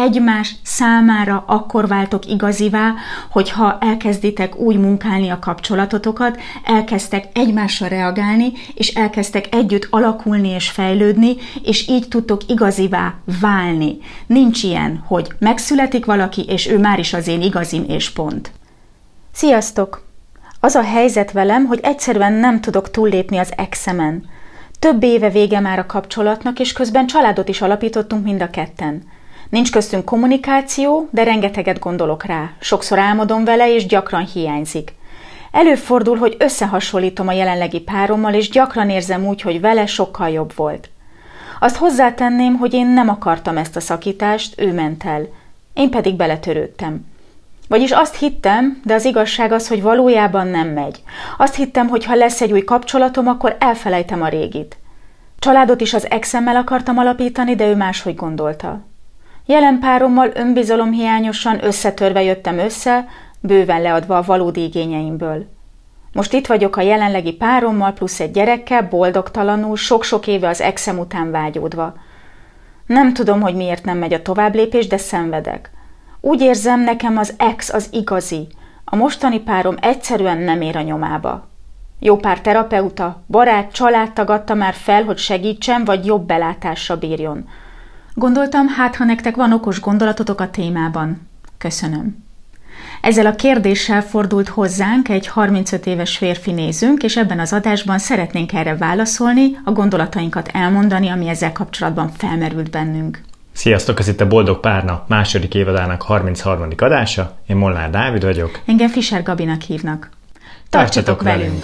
egymás számára akkor váltok igazivá, hogyha elkezditek úgy munkálni a kapcsolatotokat, elkezdtek egymásra reagálni, és elkezdtek együtt alakulni és fejlődni, és így tudtok igazivá válni. Nincs ilyen, hogy megszületik valaki, és ő már is az én igazim, és pont. Sziasztok! Az a helyzet velem, hogy egyszerűen nem tudok túllépni az exemen. Több éve vége már a kapcsolatnak, és közben családot is alapítottunk mind a ketten. Nincs köztünk kommunikáció, de rengeteget gondolok rá. Sokszor álmodom vele, és gyakran hiányzik. Előfordul, hogy összehasonlítom a jelenlegi párommal, és gyakran érzem úgy, hogy vele sokkal jobb volt. Azt hozzátenném, hogy én nem akartam ezt a szakítást, ő ment el. Én pedig beletörődtem. Vagyis azt hittem, de az igazság az, hogy valójában nem megy. Azt hittem, hogy ha lesz egy új kapcsolatom, akkor elfelejtem a régit. Családot is az exemmel akartam alapítani, de ő máshogy gondolta. Jelen párommal önbizalomhiányosan összetörve jöttem össze, bőven leadva a valódi igényeimből. Most itt vagyok a jelenlegi párommal plusz egy gyerekkel, boldogtalanul, sok-sok éve az exem után vágyódva. Nem tudom, hogy miért nem megy a továbblépés, de szenvedek. Úgy érzem, nekem az ex az igazi. A mostani párom egyszerűen nem ér a nyomába. Jó pár terapeuta, barát, családtag adta már fel, hogy segítsen, vagy jobb belátásra bírjon. Gondoltam, hát ha nektek van okos gondolatotok a témában. Köszönöm. Ezzel a kérdéssel fordult hozzánk egy 35 éves férfi nézőnk, és ebben az adásban szeretnénk erre válaszolni, a gondolatainkat elmondani, ami ezzel kapcsolatban felmerült bennünk. Sziasztok, ez itt a Boldog Párna második évadának 33. adása. Én Molnár Dávid vagyok. Engem Fischer Gabinak hívnak. Tartsatok velünk!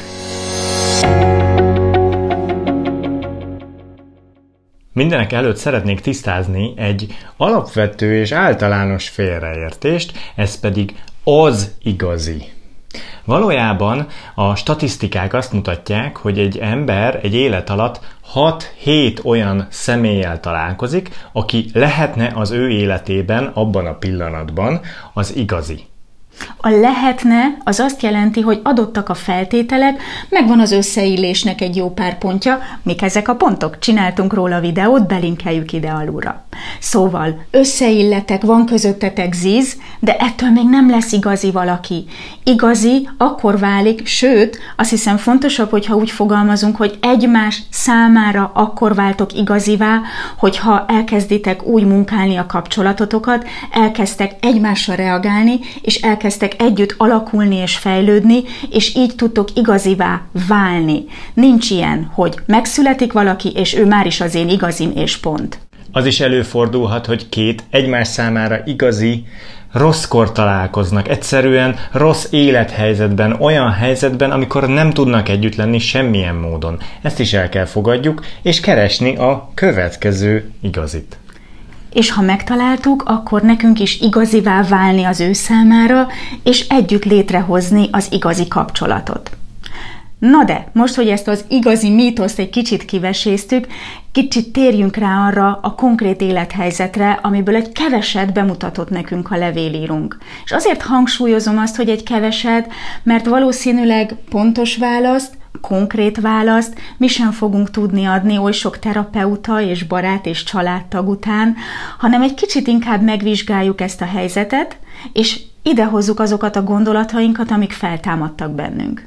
Mindenek előtt szeretnék tisztázni egy alapvető és általános félreértést, ez pedig az igazi. Valójában a statisztikák azt mutatják, hogy egy ember egy élet alatt 6-7 olyan személlyel találkozik, aki lehetne az ő életében abban a pillanatban az igazi. A lehetne az azt jelenti, hogy adottak a feltételek, megvan az összeillésnek egy jó pár pontja, mik ezek a pontok? Csináltunk róla videót, belinkeljük ide alulra. Szóval összeilletek, van közöttetek zíz, de ettől még nem lesz igazi valaki. Igazi akkor válik, sőt, azt hiszem fontosabb, hogyha úgy fogalmazunk, hogy egymás számára akkor váltok igazivá, hogyha elkezditek úgy munkálni a kapcsolatotokat, elkezdtek egymásra reagálni, és elkezdtek együtt alakulni és fejlődni, és így tudtok igazivá válni. Nincs ilyen, hogy megszületik valaki, és ő már is az én igazim, és pont. Az is előfordulhat, hogy két egymás számára igazi, rosszkor találkoznak, egyszerűen rossz élethelyzetben, olyan helyzetben, amikor nem tudnak együtt lenni semmilyen módon. Ezt is el kell fogadjuk, és keresni a következő igazit. És ha megtaláltuk, akkor nekünk is igazivá válni az ő számára, és együtt létrehozni az igazi kapcsolatot. Na de, most, hogy ezt az igazi mítoszt egy kicsit kiveséztük, kicsit térjünk rá arra a konkrét élethelyzetre, amiből egy keveset bemutatott nekünk a levélírunk. És azért hangsúlyozom azt, hogy egy keveset, mert valószínűleg pontos választ, konkrét választ mi sem fogunk tudni adni oly sok terapeuta és barát és családtag után, hanem egy kicsit inkább megvizsgáljuk ezt a helyzetet, és idehozzuk azokat a gondolatainkat, amik feltámadtak bennünk.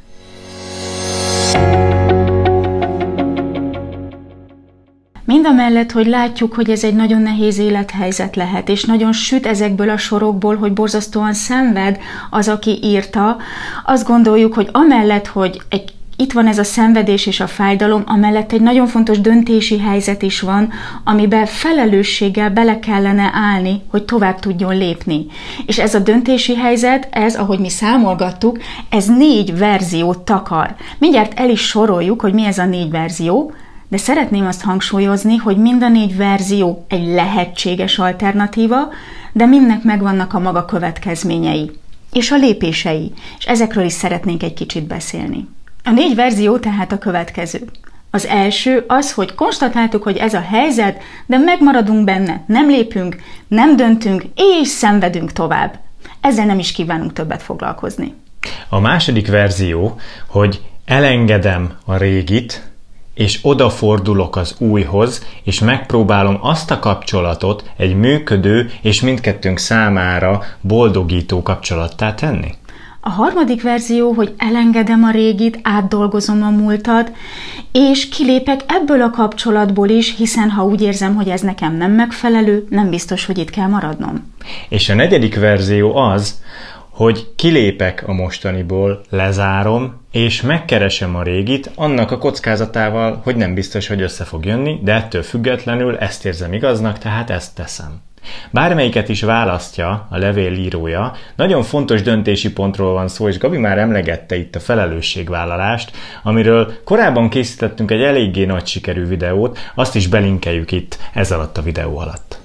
Mindamellett, hogy látjuk, hogy ez egy nagyon nehéz élethelyzet lehet, és nagyon süt ezekből a sorokból, hogy borzasztóan szenved az, aki írta, azt gondoljuk, hogy amellett, hogy itt van ez a szenvedés és a fájdalom, amellett egy nagyon fontos döntési helyzet is van, amiben felelősséggel bele kellene állni, hogy tovább tudjon lépni. És ez a döntési helyzet, ez, ahogy mi számolgattuk, ez 4 verziót takar. Mindjárt el is soroljuk, hogy mi ez a 4 verzió, de szeretném azt hangsúlyozni, hogy mind a 4 verzió egy lehetséges alternatíva, de mindnek megvannak a maga következményei és a lépései, és ezekről is szeretnénk egy kicsit beszélni. A 4 verzió tehát a következő. Az első az, hogy konstatáltuk, hogy ez a helyzet, de megmaradunk benne, nem lépünk, nem döntünk, és szenvedünk tovább. Ezzel nem is kívánunk többet foglalkozni. A második verzió, hogy elengedem a régit, és odafordulok az újhoz, és megpróbálom azt a kapcsolatot egy működő és mindkettőnk számára boldogító kapcsolattá tenni. A harmadik verzió, hogy elengedem a régit, átdolgozom a múltat, és kilépek ebből a kapcsolatból is, hiszen ha úgy érzem, hogy ez nekem nem megfelelő, nem biztos, hogy itt kell maradnom. És a negyedik verzió az, hogy kilépek a mostaniból, lezárom, és megkeresem a régit annak a kockázatával, hogy nem biztos, hogy össze fog jönni, de ettől függetlenül ezt érzem igaznak, tehát ezt teszem. Bármelyiket is választja a levélírója, nagyon fontos döntési pontról van szó, és Gabi már emlegette itt a felelősségvállalást, amiről korábban készítettünk egy eléggé nagy sikerű videót, azt is belinkeljük itt ez alatt a videó alatt.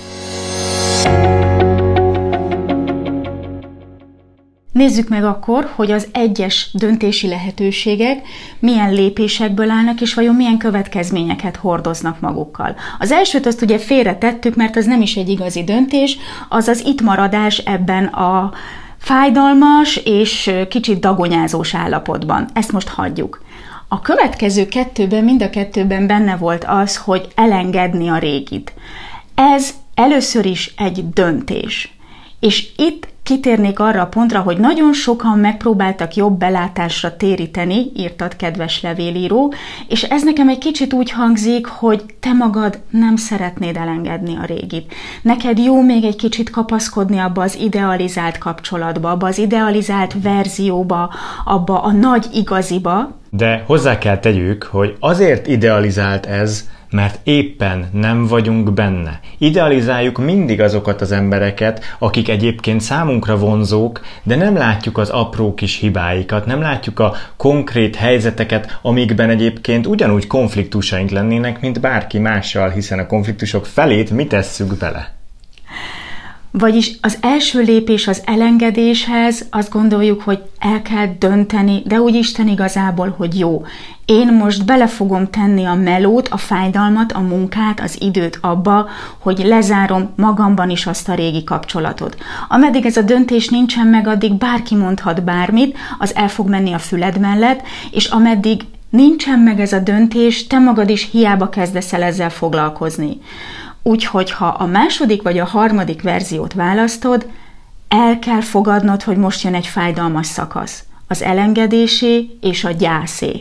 Nézzük meg akkor, hogy az egyes döntési lehetőségek milyen lépésekből állnak, és vajon milyen következményeket hordoznak magukkal. Az elsőt azt ugye félretettük, mert az nem is egy igazi döntés, az az itt maradás ebben a fájdalmas és kicsit dagonyázós állapotban. Ezt most hagyjuk. A következő kettőben, mind a kettőben benne volt az, hogy elengedni a régit. Ez először is egy döntés. És itt kitérnék arra a pontra, hogy nagyon sokan megpróbáltak jobb belátásra téríteni, írtad, kedves levélíró, és ez nekem egy kicsit úgy hangzik, hogy te magad nem szeretnéd elengedni a régit. Neked jó még egy kicsit kapaszkodni abba az idealizált kapcsolatba, abba az idealizált verzióba, abba a nagy igaziba. De hozzá kell tegyük, hogy azért idealizált ez, mert éppen nem vagyunk benne. Idealizáljuk mindig azokat az embereket, akik egyébként számunkra vonzók, de nem látjuk az apró kis hibáikat, nem látjuk a konkrét helyzeteket, amikben egyébként ugyanúgy konfliktusaink lennének, mint bárki mással, hiszen a konfliktusok felét mi tesszük bele. Vagyis az első lépés az elengedéshez, azt gondoljuk, hogy el kell dönteni, de úgy Isten igazából, hogy jó. Én most bele fogom tenni a melót, a fájdalmat, a munkát, az időt abba, hogy lezárom magamban is azt a régi kapcsolatot. Ameddig ez a döntés nincsen meg, addig bárki mondhat bármit, az el fog menni a füled mellett, és ameddig nincsen meg ez a döntés, te magad is hiába kezdesz el ezzel foglalkozni. Úgyhogy ha a második vagy a harmadik verziót választod, el kell fogadnod, hogy most jön egy fájdalmas szakasz. Az elengedésé és a gyászé.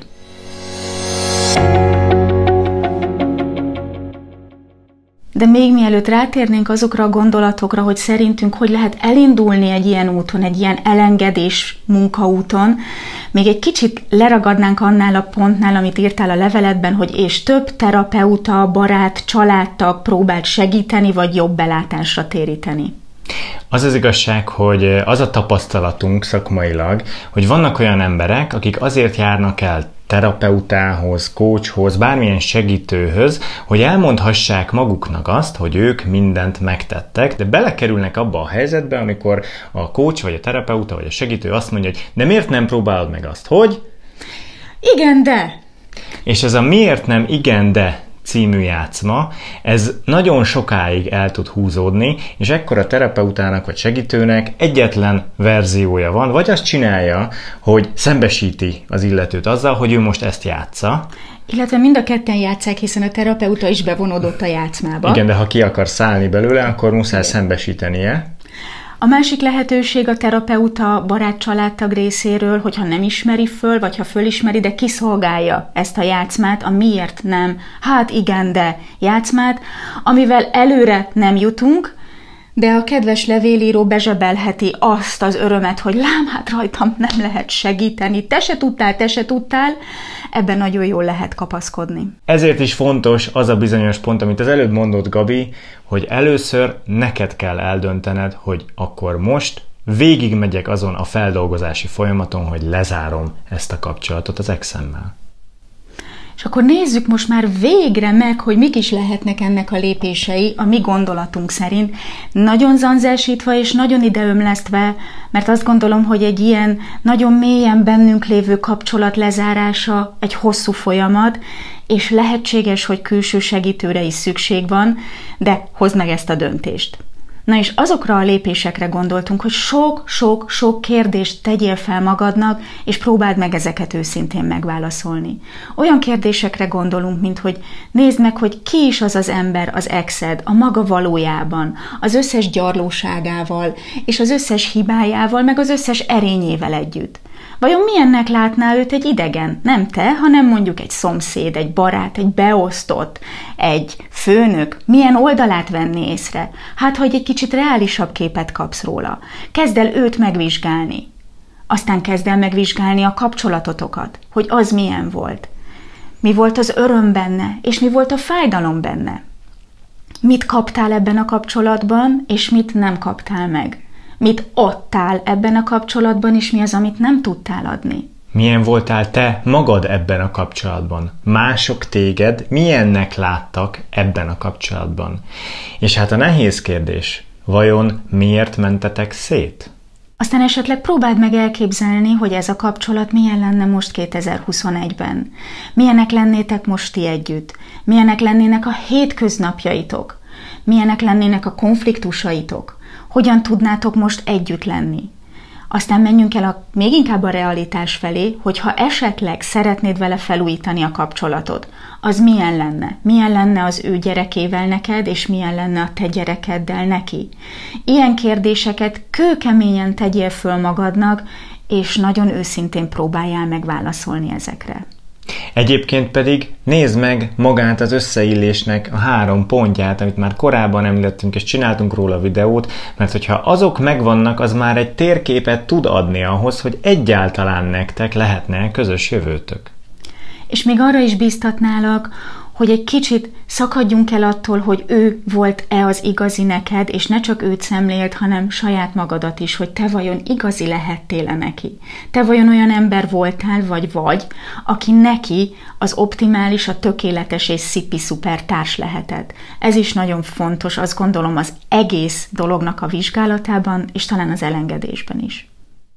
De még mielőtt rátérnénk azokra a gondolatokra, hogy szerintünk hogy lehet elindulni egy ilyen úton, egy ilyen elengedés munkaúton, még egy kicsit leragadnánk annál a pontnál, amit írtál a leveledben, hogy és több terapeuta, barát, családtag próbált segíteni, vagy jobb belátásra téríteni. Az az igazság, hogy az a tapasztalatunk szakmailag, hogy vannak olyan emberek, akik azért járnak el terapeutához, coachhoz, bármilyen segítőhöz, hogy elmondhassák maguknak azt, hogy ők mindent megtettek, de belekerülnek abba a helyzetbe, amikor a coach, vagy a terapeuta, vagy a segítő azt mondja, hogy de miért nem próbálod meg azt, hogy? Igen, de! És ez a miért nem igen, de című játszma, ez nagyon sokáig el tud húzódni, és ekkor a terapeutának vagy segítőnek egyetlen verziója van, vagy azt csinálja, hogy szembesíti az illetőt azzal, hogy ő most ezt játsza. Illetve mind a ketten játsszák, hiszen a terapeuta is bevonódott a játszmába. Igen, de ha ki akar szállni belőle, akkor muszáj szembesítenie. A másik lehetőség a terapeuta barát családtag részéről, hogyha nem ismeri föl, vagy ha fölismeri, de kiszolgálja ezt a játszmát, a miért nem, hát igen, de játszmát, amivel előre nem jutunk, de a kedves levélíró bezsebelheti azt az örömet, hogy lám, hát rajtam nem lehet segíteni, te se tudtál, ebben nagyon jól lehet kapaszkodni. Ezért is fontos az a bizonyos pont, amit az előbb mondott Gabi, hogy először neked kell eldöntened, hogy akkor most végigmegyek azon a feldolgozási folyamaton, hogy lezárom ezt a kapcsolatot az exemmel. És akkor nézzük most már végre meg, hogy mik is lehetnek ennek a lépései, a mi gondolatunk szerint. Nagyon zanzásítva és nagyon ideömlesztve, mert azt gondolom, hogy egy ilyen nagyon mélyen bennünk lévő kapcsolat lezárása egy hosszú folyamat, és lehetséges, hogy külső segítőre is szükség van, de hozd meg ezt a döntést. Na és azokra a lépésekre gondoltunk, hogy sok kérdést tegyél fel magadnak, és próbáld meg ezeket őszintén megválaszolni. Olyan kérdésekre gondolunk, mint hogy nézd meg, hogy ki is az az ember, az exed, a maga valójában, az összes gyarlóságával, és az összes hibájával, meg az összes erényével együtt. Vajon milyennek látná őt egy idegen? Nem te, hanem mondjuk egy szomszéd, egy barát, egy beosztott, egy főnök. Milyen oldalát venné észre? Hát, hogy egy kicsit reálisabb képet kapsz róla. Kezd el őt megvizsgálni. Aztán kezd el megvizsgálni a kapcsolatotokat, hogy az milyen volt. Mi volt az öröm benne, és mi volt a fájdalom benne. Mit kaptál ebben a kapcsolatban, és mit nem kaptál meg. Mit adtál ebben a kapcsolatban, és mi az, amit nem tudtál adni? Milyen voltál te magad ebben a kapcsolatban? Mások téged milyennek láttak ebben a kapcsolatban? És hát a nehéz kérdés, vajon miért mentetek szét? Aztán esetleg próbáld meg elképzelni, hogy ez a kapcsolat milyen lenne most 2021-ben. Milyenek lennétek most ti együtt? Milyenek lennének a hétköznapjaitok? Milyenek lennének a konfliktusaitok? Hogyan tudnátok most együtt lenni? Aztán menjünk el még inkább a realitás felé, hogyha esetleg szeretnéd vele felújítani a kapcsolatot, az milyen lenne? Milyen lenne az ő gyerekével neked, és milyen lenne a te gyerekeddel neki? Ilyen kérdéseket kőkeményen tegyél föl magadnak, és nagyon őszintén próbáljál meg válaszolni ezekre. Egyébként pedig nézd meg magát az összeillésnek a 3 pontját, amit már korábban említettünk, és csináltunk róla videót, mert hogyha azok megvannak, az már egy térképet tud adni ahhoz, hogy egyáltalán nektek lehetne közös jövőtök. És még arra is bíztatnálak, hogy egy kicsit szakadjunk el attól, hogy ő volt-e az igazi neked, és ne csak őt szemléld, hanem saját magadat is, hogy te vajon igazi lehettél-e neki. Te vajon olyan ember voltál, vagy, aki neki az optimális, a tökéletes és szipi-szuper társ lehetett. Ez is nagyon fontos, azt gondolom, az egész dolognak a vizsgálatában, és talán az elengedésben is.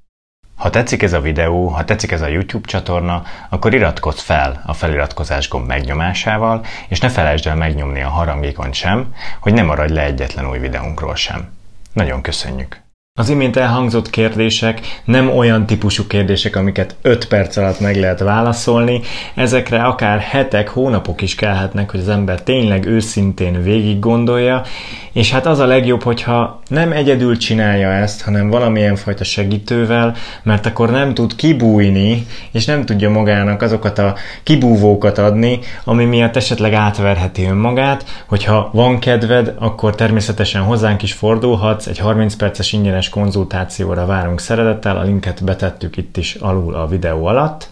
Ha tetszik ez a videó, ha tetszik ez a YouTube csatorna, akkor iratkozz fel a feliratkozás gomb megnyomásával, és ne felejtsd el megnyomni a harangikont sem, hogy ne maradj le egyetlen új videónkról sem. Nagyon köszönjük! Az imént elhangzott kérdések nem olyan típusú kérdések, amiket 5 perc alatt meg lehet válaszolni, ezekre akár hetek, hónapok is kellhetnek, hogy az ember tényleg őszintén végig gondolja, és hát az a legjobb, hogyha nem egyedül csinálja ezt, hanem valamilyen fajta segítővel, mert akkor nem tud kibújni, és nem tudja magának azokat a kibúvókat adni, ami miatt esetleg átverheti önmagát. Hogyha van kedved, akkor természetesen hozzánk is fordulhatsz, egy 30 perces ingyenes konzultációra várunk szeretettel, a linket betettük itt is alul a videó alatt.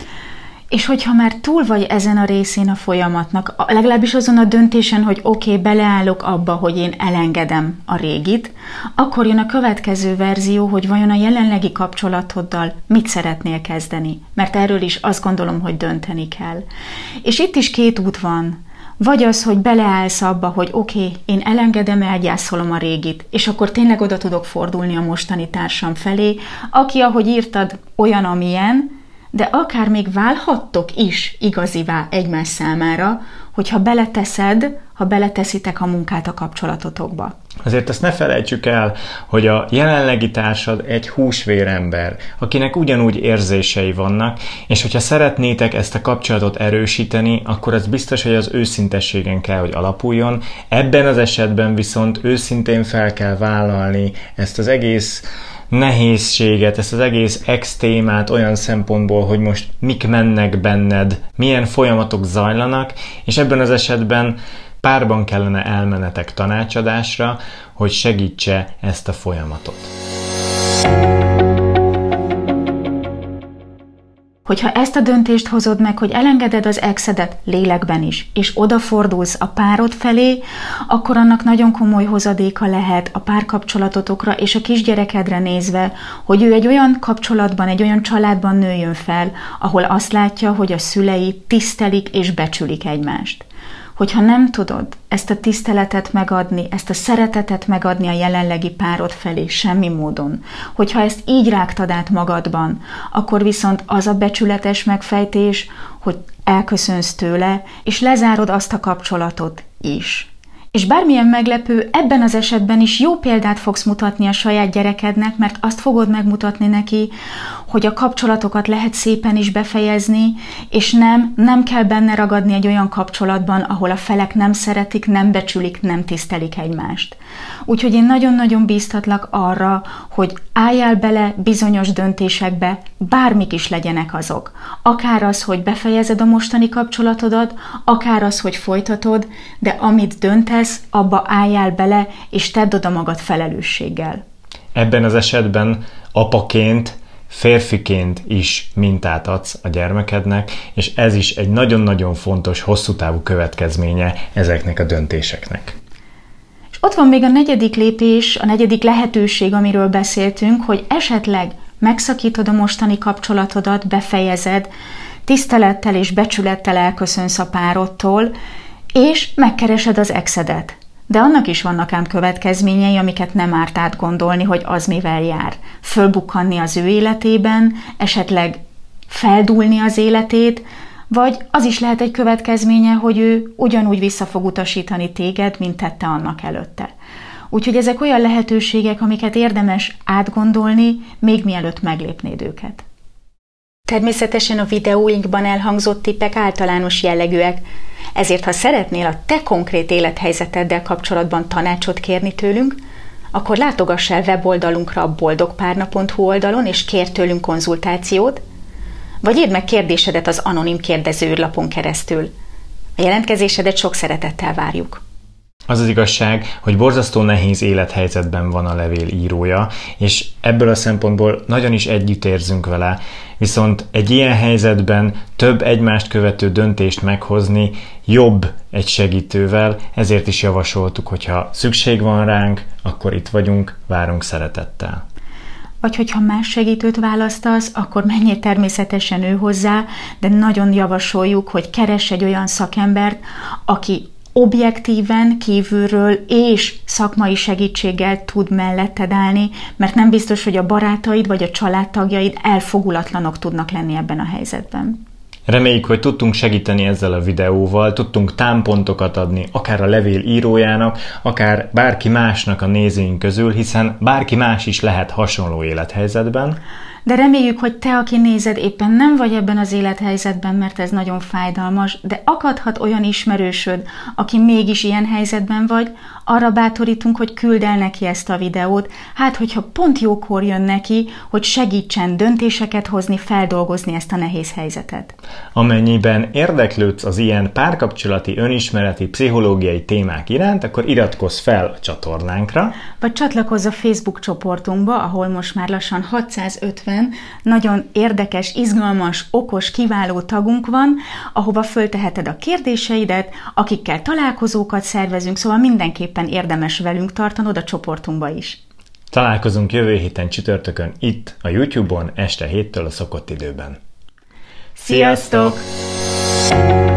És hogyha már túl vagy ezen a részén a folyamatnak, legalábbis azon a döntésen, hogy oké, beleállok abba, hogy én elengedem a régit, akkor jön a következő verzió, hogy vajon a jelenlegi kapcsolatoddal mit szeretnél kezdeni. Mert erről is azt gondolom, hogy dönteni kell. És itt is 2 út van. Vagy az, hogy beleállsz abba, hogy oké, én elengedem, elgyászolom a régit, és akkor tényleg oda tudok fordulni a mostani társam felé, aki, ahogy írtad, olyan, amilyen, de akár még válhattok is igazivá egymás számára, hogyha beleteszed, ha beleteszitek a munkát a kapcsolatotokba. Azért azt ne felejtsük el, hogy a jelenlegi társad egy húsvérember, akinek ugyanúgy érzései vannak, és hogyha szeretnétek ezt a kapcsolatot erősíteni, akkor az biztos, hogy az őszintességen kell, hogy alapuljon. Ebben az esetben viszont őszintén fel kell vállalni ezt az egész nehézséget, ezt az egész ex-témát olyan szempontból, hogy most mik mennek benned, milyen folyamatok zajlanak, és ebben az esetben párban kellene elmenetek tanácsadásra, hogy segítse ezt a folyamatot. Hogyha ezt a döntést hozod meg, hogy elengeded az exedet lélekben is, és odafordulsz a párod felé, akkor annak nagyon komoly hozadéka lehet a párkapcsolatotokra és a kisgyerekedre nézve, hogy ő egy olyan kapcsolatban, egy olyan családban nőjön fel, ahol azt látja, hogy a szülei tisztelik és becsülik egymást. Hogyha nem tudod ezt a tiszteletet megadni, ezt a szeretetet megadni a jelenlegi párod felé semmi módon, hogyha ezt így rágtad át magadban, akkor viszont az a becsületes megfejtés, hogy elköszönsz tőle, és lezárod azt a kapcsolatot is. És bármilyen meglepő, ebben az esetben is jó példát fogsz mutatni a saját gyerekednek, mert azt fogod megmutatni neki, hogy a kapcsolatokat lehet szépen is befejezni, és nem kell benne ragadni egy olyan kapcsolatban, ahol a felek nem szeretik, nem becsülik, nem tisztelik egymást. Úgyhogy én nagyon-nagyon bíztatlak arra, hogy álljál bele bizonyos döntésekbe, bármik is legyenek azok. Akár az, hogy befejezed a mostani kapcsolatodat, akár az, hogy folytatod, de amit döntesz, abba álljál bele, és tedd oda magad felelősséggel. Ebben az esetben apaként, férfiként is mintát adsz a gyermekednek, és ez is egy nagyon-nagyon fontos, hosszú távú következménye ezeknek a döntéseknek. És ott van még a negyedik lépés, a negyedik lehetőség, amiről beszéltünk, hogy esetleg megszakítod a mostani kapcsolatodat, befejezed, tisztelettel és becsülettel elköszönsz a párodtól, és megkeresed az exedet. De annak is vannak ám következményei, amiket nem árt átgondolni, hogy az mivel jár. Fölbukkanni az ő életében, esetleg feldúlni az életét, vagy az is lehet egy következménye, hogy ő ugyanúgy vissza fog utasítani téged, mint tette annak előtte. Úgyhogy ezek olyan lehetőségek, amiket érdemes átgondolni, még mielőtt meglépnéd őket. Természetesen a videóinkban elhangzott tippek általános jellegűek, ezért ha szeretnél a te konkrét élethelyzeteddel kapcsolatban tanácsot kérni tőlünk, akkor látogass el weboldalunkra a boldogpárna.hu oldalon, és kérj tőlünk konzultációt, vagy írd meg kérdésedet az anonim kérdezőűrlapon keresztül. A jelentkezésedet sok szeretettel várjuk. Az az igazság, hogy borzasztó nehéz élethelyzetben van a levél írója, és ebből a szempontból nagyon is együtt érzünk vele, viszont egy ilyen helyzetben több egymást követő döntést meghozni jobb egy segítővel, ezért is javasoltuk, hogyha szükség van ránk, akkor itt vagyunk, várunk szeretettel. Vagy hogyha más segítőt választasz, akkor menjél természetesen ő hozzá, de nagyon javasoljuk, hogy keress egy olyan szakembert, aki objektíven, kívülről és szakmai segítséggel tud melletted állni, mert nem biztos, hogy a barátaid vagy a családtagjaid elfogulatlanok tudnak lenni ebben a helyzetben. Reméljük, hogy tudtunk segíteni ezzel a videóval, tudtunk támpontokat adni akár a levél írójának, akár bárki másnak a nézőink közül, hiszen bárki más is lehet hasonló élethelyzetben. De reméljük, hogy te, aki nézed, éppen nem vagy ebben az élethelyzetben, mert ez nagyon fájdalmas, de akadhat olyan ismerősöd, aki mégis ilyen helyzetben vagy, arra bátorítunk, hogy küld el neki ezt a videót, hát hogyha pont jókor jön neki, hogy segítsen döntéseket hozni, feldolgozni ezt a nehéz helyzetet. Amennyiben érdeklődsz az ilyen párkapcsolati, önismereti, pszichológiai témák iránt, akkor iratkozz fel a csatornánkra. Vagy csatlakozz a Facebook csoportunkba, ahol most már lassan 650 nagyon érdekes, izgalmas, okos, kiváló tagunk van, ahova fölteheted a kérdéseidet, akikkel találkozókat szervezünk, szóval mindenképpen érdemes velünk tartanod a csoportunkba is. Találkozunk jövő héten csütörtökön itt, a YouTube-on este 7-től a szokott időben. Sziasztok!